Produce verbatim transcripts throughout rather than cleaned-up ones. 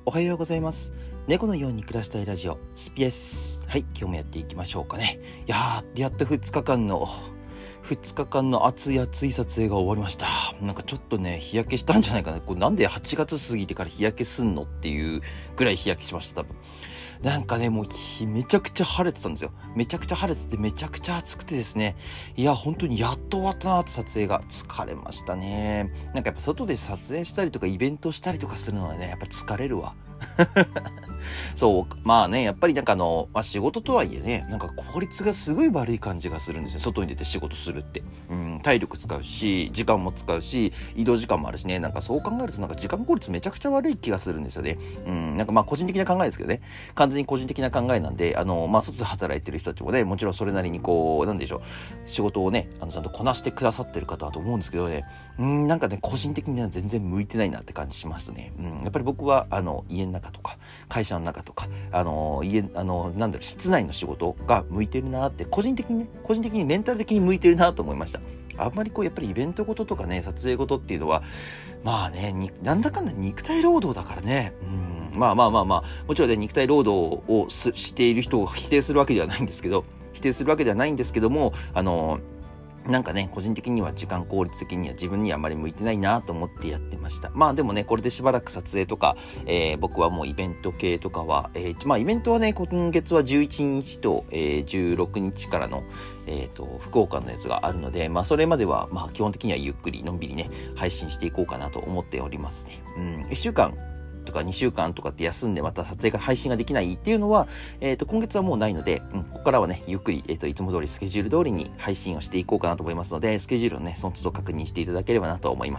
おはようございます。猫のように暮らしたいラジオスピです。はい、今日もやっていきましょうかね。いやー、やっとふつかかんのふつかかんの暑い暑い撮影が終わりました。なんかちょっとね日焼けしたんじゃないかな。これなんではちがつ過ぎてから日焼けすんのっていうぐらい日焼けしました。多分なんかねもう日めちゃくちゃ晴れてたんですよ。めちゃくちゃ晴れててめちゃくちゃ暑くてですね、いや本当にやっと終わったなって撮影が疲れましたね。なんかやっぱ外で撮影したりとかイベントしたりとかするのはねやっぱ疲れるわそうまあねやっぱりなんかあの、まあ、仕事とはいえねなんか効率がすごい悪い感じがするんですよ。外に出て仕事するって、うん、体力使うし時間も使うし移動時間もあるしね、なんかそう考えるとなんか時間効率めちゃくちゃ悪い気がするんですよね。うん、なんかまあ個人的な考えですけどね、完全に個人的な考えなんで、あのまあ外で働いてる人たちもねもちろんそれなりにこうなんでしょう仕事をねあのちゃんとこなしてくださってる方だと思うんですけどね、うんなんかね個人的には全然向いてないなって感じしましたね。うん、やっぱり僕はあの家の中とか会社の中とかあの家あのなんだろう室内の仕事が向いてるなって個人的にね個人的にメンタル的に向いてるなと思いました。あんまりこうやっぱりイベントごととかね撮影ごとっていうのはまあねになんだかんだ肉体労働だからね、うんまあまあまあまあもちろんね肉体労働をすしている人を否定するわけではないんですけど否定するわけではないんですけどもあのなんかね個人的には時間効率的には自分にはあまり向いてないなと思ってやってました。まあでもねこれでしばらく撮影とか、えー、僕はもうイベント系とかは、えー、まあイベントはね今月はじゅういちにちと、えー、じゅうろくにちからの、えー、と福岡のやつがあるので、まあそれまではまあ基本的にはゆっくりのんびりね配信していこうかなと思っておりますね。うん、いっしゅうかんとかにしゅうかんとかって休んでまた撮影が配信ができないっていうのは、えー、と今月はもうないので、うん、ここからはねゆっくり、えー、といつも通りスケジュール通りに配信をしていこうかなと思いますので、スケジュールをねその都度確認していただければなと思います。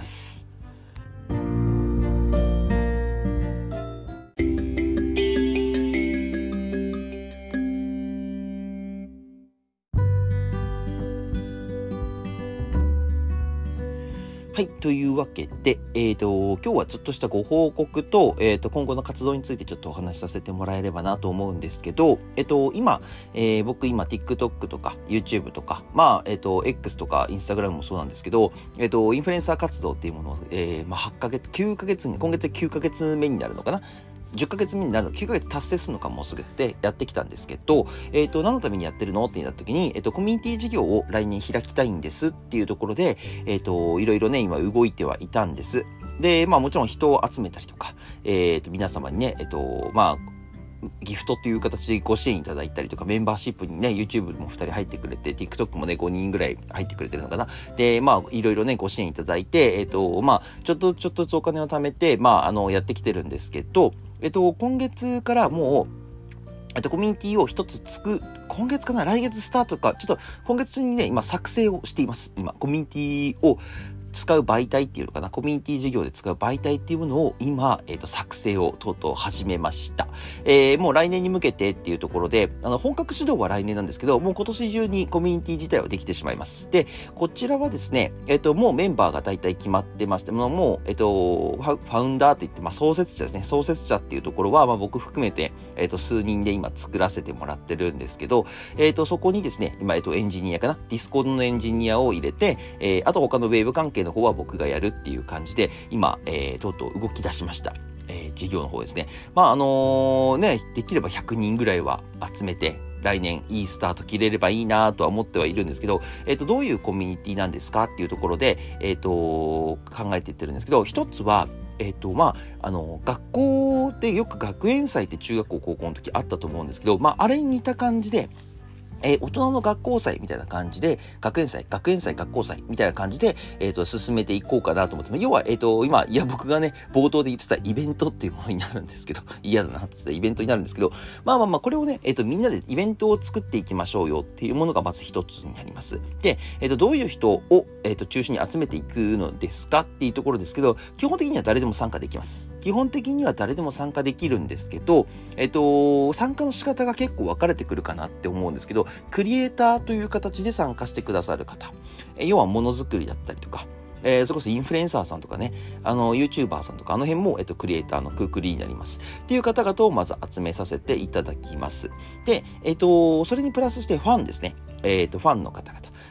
はい。というわけで、えっと、今日はちょっとしたご報告と、えっと、今後の活動についてちょっとお話しさせてもらえればなと思うんですけど、えっと、今、えー、僕今 TikTok とか YouTube とか、まあ、えっと、X とか Instagram もそうなんですけど、えっと、インフルエンサー活動っていうものを、えー、まあ、はちかげつ、きゅうかげつに、今月できゅうかげつめになるのかなじゅっかげつめになるのきゅうかげつ達成するのかもうすぐでやってきたんですけど、えっと、何のためにやってるのって言った時に、えっと、コミュニティ事業を来年開きたいんですっていうところで、えっと、いろいろね、今動いてはいたんです。で、まあもちろん人を集めたりとか、えっと、皆様にね、えっと、まあ、ギフトという形でご支援いただいたりとか、メンバーシップにね、YouTube もふたり入ってくれて、TikTok もね、ごにんぐらい入ってくれてるのかな。で、まあ、いろいろね、ご支援いただいて、えっと、まあ、ちょっと、ちょっとずつお金を貯めて、まあ、あの、やってきてるんですけど、えっと、今月からもう、えっと、コミュニティを一つつく、今月かな来月スタートか、ちょっと今月中にね、今作成をしています。今、コミュニティを使う媒体っていうのかな、コミュニティ事業で使う媒体っていうものを今、えっと、作成をとうとう始めました。えー、もう来年に向けてっていうところで、あの、本格指導は来年なんですけど、もう今年中にコミュニティ自体はできてしまいます。で、こちらはですね、えっと、もうメンバーが大体決まってまして、もう、えっと、ファウンダーって言って、まあ、創設者ですね。創設者っていうところは、まあ、僕含めて、えっと、数人で今作らせてもらってるんですけど、えっと、そこにですね、今、えっと、エンジニアかな、ディスコードのエンジニアを入れて、えー、あと他のウェブ関係の方は僕がやるっていう感じで、今、えー、とうとう動き出しました。えー、事業の方ですね。まあ、あのー、ね、できればひゃくにんぐらいは集めて、来年いいスタート切れればいいなとは思ってはいるんですけど、えっと、どういうコミュニティなんですかっていうところで、えっと、考えていってるんですけど、一つは、えっと、まあ、あの、学校でよく学園祭って中学校、高校の時あったと思うんですけど、まあ、あれに似た感じで、えー、大人の学校祭みたいな感じで、学園祭、学園祭、学校祭みたいな感じで、えっと、進めていこうかなと思って、要は、えっと、今、いや、僕がね、冒頭で言ってたイベントっていうものになるんですけど、嫌だなって言ったイベントになるんですけど、まあまあまあ、これをね、えっと、みんなでイベントを作っていきましょうよっていうものがまず一つになります。で、えっと、どういう人を、えっと、中心に集めていくのですかっていうところですけど、基本的には誰でも参加できます。基本的には誰でも参加できるんですけど、えっと、参加の仕方が結構分かれてくるかなって思うんですけど、クリエイターという形で参加してくださる方、え要はものづくりだったりとか、えー、それこそインフルエンサーさんとかね、あの、YouTuber さんとか、あの辺も、えっと、クリエイターのくくりになります。っていう方々をまず集めさせていただきます。で、えっと、それにプラスしてファンですね。えっと、ファンの方々。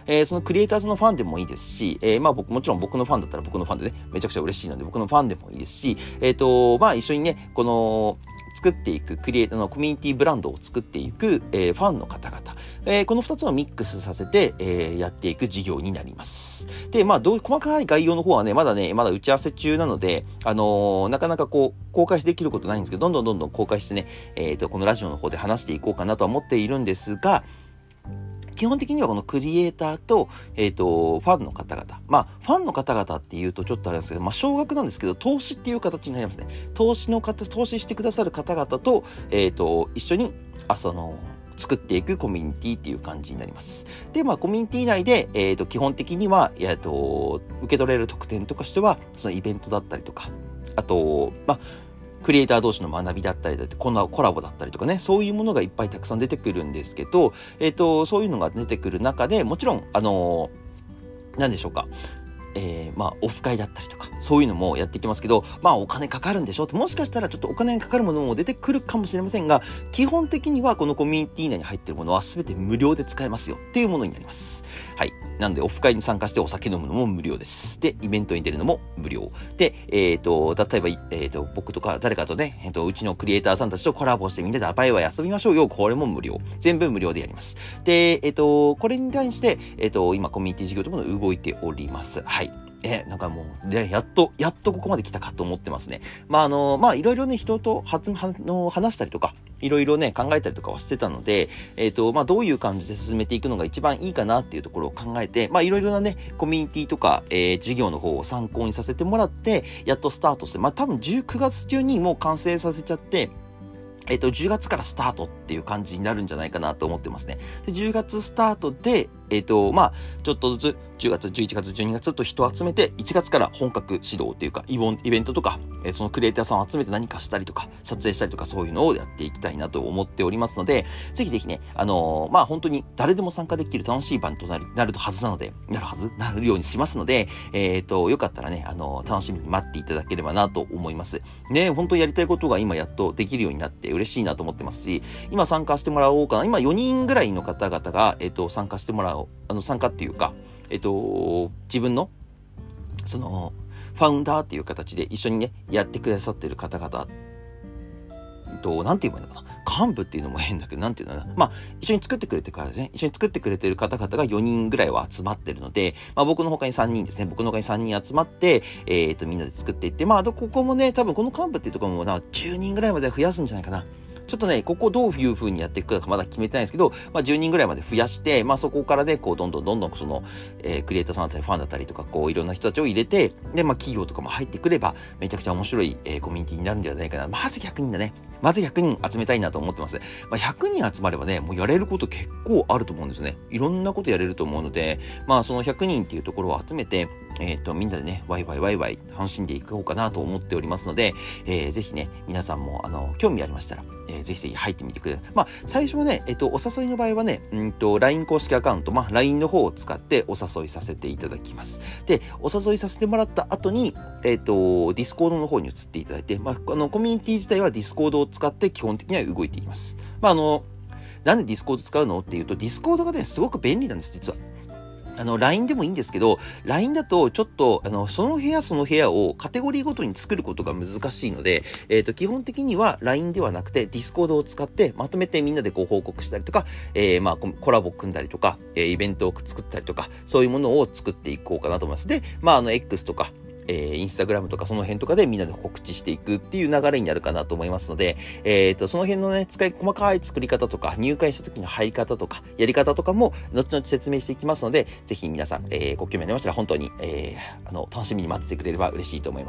えー、そのクリエイターズのファンでもいいですし、えー、まあ僕、もちろん僕のファンだったら僕のファンでね、めちゃくちゃ嬉しいので僕のファンでもいいですし、えっと、まあ一緒にね、この、作っていくクリエイターのコミュニティブランドを作っていく、えー、ファンの方々、えー、この二つをミックスさせて、えー、やっていく事業になります。で、まあどう細かい概要の方はね、まだね、まだ打ち合わせ中なので、あのー、なかなかこう公開できることないんですけど、どんどんどんどん公開してね、えっとこのラジオの方で話していこうかなとは思っているんですが。基本的にはこのクリエイターと、えっと、ファンの方々。まあ、ファンの方々っていうとちょっとあれなんですけど、まあ、少額なんですけど、投資っていう形になりますね。投資の方、投資してくださる方々と、えっと、一緒に、あ、その、作っていくコミュニティっていう感じになります。で、まあ、コミュニティ内で、えっと、基本的には、えっと、受け取れる特典とかしては、そのイベントだったりとか、あと、まあ、クリエイター同士の学びだったりだって、このコラボだったりとかね、そういうものがいっぱいたくさん出てくるんですけど、えっと、そういうのが出てくる中で、もちろん、あのー、何でしょうか。えー、まあ、オフ会だったりとか、そういうのもやっていきますけど、まあ、お金かかるんでしょって、もしかしたらちょっとお金がかかるものも出てくるかもしれませんが、基本的にはこのコミュニティ内に入っているものは全て無料で使えますよっていうものになります。はい。なので、オフ会に参加してお酒飲むのも無料です。で、イベントに出るのも無料。で、えっと、例えば、えっと、僕とか誰かとね、えっと、うちのクリエイターさんたちとコラボしてみんなでワイワイ遊びましょうよ。これも無料。全部無料でやります。で、えっと、これに関して、えっと、今、コミュニティ事業というものを動いております。はい。え、なんかもう、ね、やっと、やっとここまで来たかと思ってますね。まあ、あの、まあ、いろいろね、人とはつ、はの、話したりとか、いろいろね、考えたりとかはしてたので、えっと、まあ、どういう感じで進めていくのが一番いいかなっていうところを考えて、まあ、いろいろなね、コミュニティとか、えー、事業の方を参考にさせてもらって、やっとスタートして、まあ、多分じゅうくがつ中にもう完成させちゃって、えっと、じゅうがつからスタートっていう感じになるんじゃないかなと思ってますね。で、じゅうがつスタートで、えっと、まあ、ちょっとずつ、じゅうがつ、じゅういちがつ、じゅうにがつと人を集めて、いちがつから本格指導っていうか、イベントとか、えー、そのクリエイターさんを集めて何かしたりとか、撮影したりとか、そういうのをやっていきたいなと思っておりますので、ぜひぜひね、あのー、まあ、本当に誰でも参加できる楽しい場となる、なるはずなので、なるはずなるようにしますので、えっと、よかったらね、あのー、楽しみに待っていただければなと思います。ね、本当にやりたいことが今やっとできるようになって嬉しいなと思ってますし、今参加してもらおうかな。今よにんぐらいの方々が、えっと、参加してもらおう。あの、参加っていうか、えっと、自分の、その、ファウンダーっていう形で一緒にね、やってくださってる方々、えっと、なんて言えばいいのかな。幹部っていうのも変だけど、なんていうのかな。まあ、一緒に作ってくれてるからですね。一緒に作ってくれてる方々がよにんぐらいは集まってるので、まあ僕の他にさんにんですね。僕の他にさんにん集まって、えっと、みんなで作っていって、まあ、ここもね、多分この幹部っていうところもな、じゅうにんぐらいまで増やすんじゃないかな。ちょっとね、ここどういう風にやっていくかまだ決めてないんですけど、まあじゅうにんぐらいまで増やして、まあそこからね、こうどんどんどんどんその、えー、クリエイターさんだったりファンだったりとか、こういろんな人たちを入れて、で、まあ企業とかも入ってくれば、めちゃくちゃ面白い、えー、コミュニティになるんじゃないかな。まずひゃくにんだね。まずひゃくにん集めたいなと思ってます。まあひゃくにん集まればね、もうやれること結構あると思うんですね。いろんなことやれると思うので、まあそのひゃくにんっていうところを集めて、えっと、みんなでね、ワイワイワイワイ楽しんでいこうかなと思っておりますので、えー、ぜひね、皆さんも、あの、興味ありましたら、えー、ぜひぜひ入ってみてください。まあ、最初はね、えっと、お誘いの場合はね、うんと、ライン 公式アカウント、まあ、ライン の方を使ってお誘いさせていただきます。で、お誘いさせてもらった後に、えっと、Discord の方に移っていただいて、まあ、あの、コミュニティ自体は Discord を使って基本的には動いていきます。まあ、あの、なんで Discord 使うのっていうと、Discord がね、すごく便利なんです、実は。あの、ライン でもいいんですけど、ライン だとちょっと、あの、その部屋その部屋をカテゴリーごとに作ることが難しいので、えっと、基本的には ライン ではなくて Discord を使ってまとめてみんなでこう報告したりとか、えー、まあ、コラボ組んだりとか、えー、イベントを作ったりとか、そういうものを作っていこうかなと思います。で、まあ、あの、X とか、えー、インスタグラムとかその辺とかでみんなで告知していくっていう流れになるかなと思いますので、えっと、その辺のね、使い、細かい作り方とか、入会した時の入り方とか、やり方とかも、後々説明していきますので、ぜひ皆さん、えー、ご興味ありましたら、本当に、えー、あの、楽しみに待っててくれれば嬉しいと思います。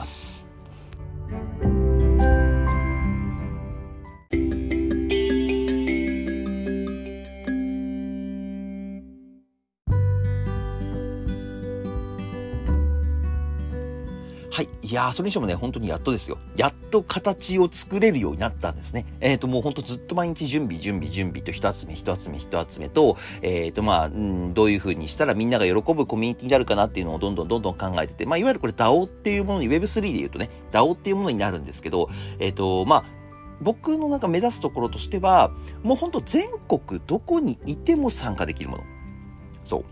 はい。いやー、それにしてもね、本当にやっとですよ。やっと形を作れるようになったんですね。えっと、もう本当ずっと毎日準備、準備、準備と人集め、人集め、人集めと、えっと、まあ、うん、どういう風にしたらみんなが喜ぶコミュニティになるかなっていうのをどんどんどんどん考えてて、まあ、いわゆるこれ ダオ っていうものに ウェブスリー で言うとね、ダオ っていうものになるんですけど、えっと、まあ、僕のなんか目指すところとしては、もう本当全国どこにいても参加できるもの。そう。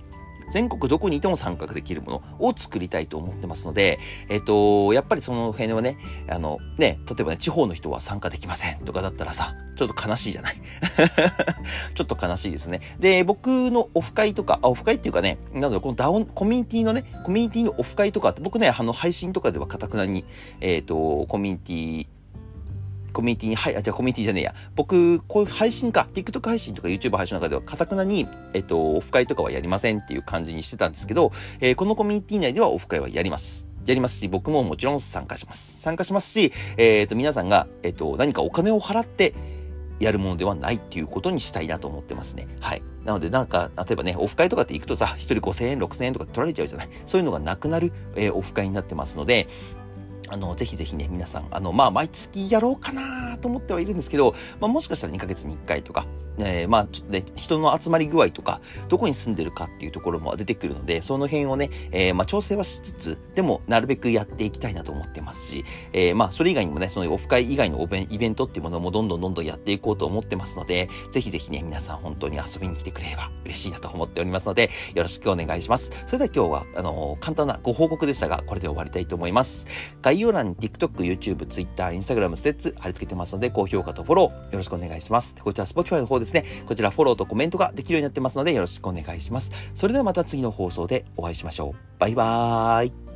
全国どこにいても参加できるものを作りたいと思ってますので、えっと、やっぱりその辺はね、あの、ね、例えばね、地方の人は参加できませんとかだったらさ、ちょっと悲しいじゃないちょっと悲しいですね。で、僕のオフ会とか、あ、オフ会っていうかね、なので、このダウン、コミュニティのね、コミュニティのオフ会とかって、僕ね、あの、配信とかではかたくなに、えっと、コミュニティ、コミュニティに、はい、あ、じゃあコミュニティじゃねえや。僕、こういう配信か、TikTok 配信とか YouTube 配信の中では、かたくなに、えっと、オフ会とかはやりませんっていう感じにしてたんですけど、えー、このコミュニティ内ではオフ会はやります。やりますし、僕ももちろん参加します。参加しますし、えっと、皆さんが、えっと、何かお金を払って、やるものではないっていうことにしたいなと思ってますね。はい。なのでなんか、例えばね、オフ会とかって行くとさ、一人ごせんえん、ろくせんえんとか取られちゃうじゃない。そういうのがなくなる、えー、オフ会になってますので、あの、ぜひぜひね、皆さん、あの、まあ、毎月やろうかなと思ってはいるんですけど、まあ、もしかしたらにかげつにいっかいとか、えー、まあ、ちょっとね、人の集まり具合とか、どこに住んでるかっていうところも出てくるので、その辺をね、えー、まあ、調整はしつつ、でも、なるべくやっていきたいなと思ってますし、えー、まあ、それ以外にもね、そのオフ会以外のイベントっていうものもどんどんどんどんやっていこうと思ってますので、ぜひぜひね、皆さん本当に遊びに来てくれれば嬉しいなと思っておりますので、よろしくお願いします。それでは今日は、あのー、簡単なご報告でしたが、これで終わりたいと思います。概要欄に TikTok、YouTube、Twitter、Instagram、ステッツ貼り付けてますので、高評価とフォローよろしくお願いします。こちら Spotify の方ですね、こちらフォローとコメントができるようになってますので、よろしくお願いします。それではまた次の放送でお会いしましょう。バイバーイ。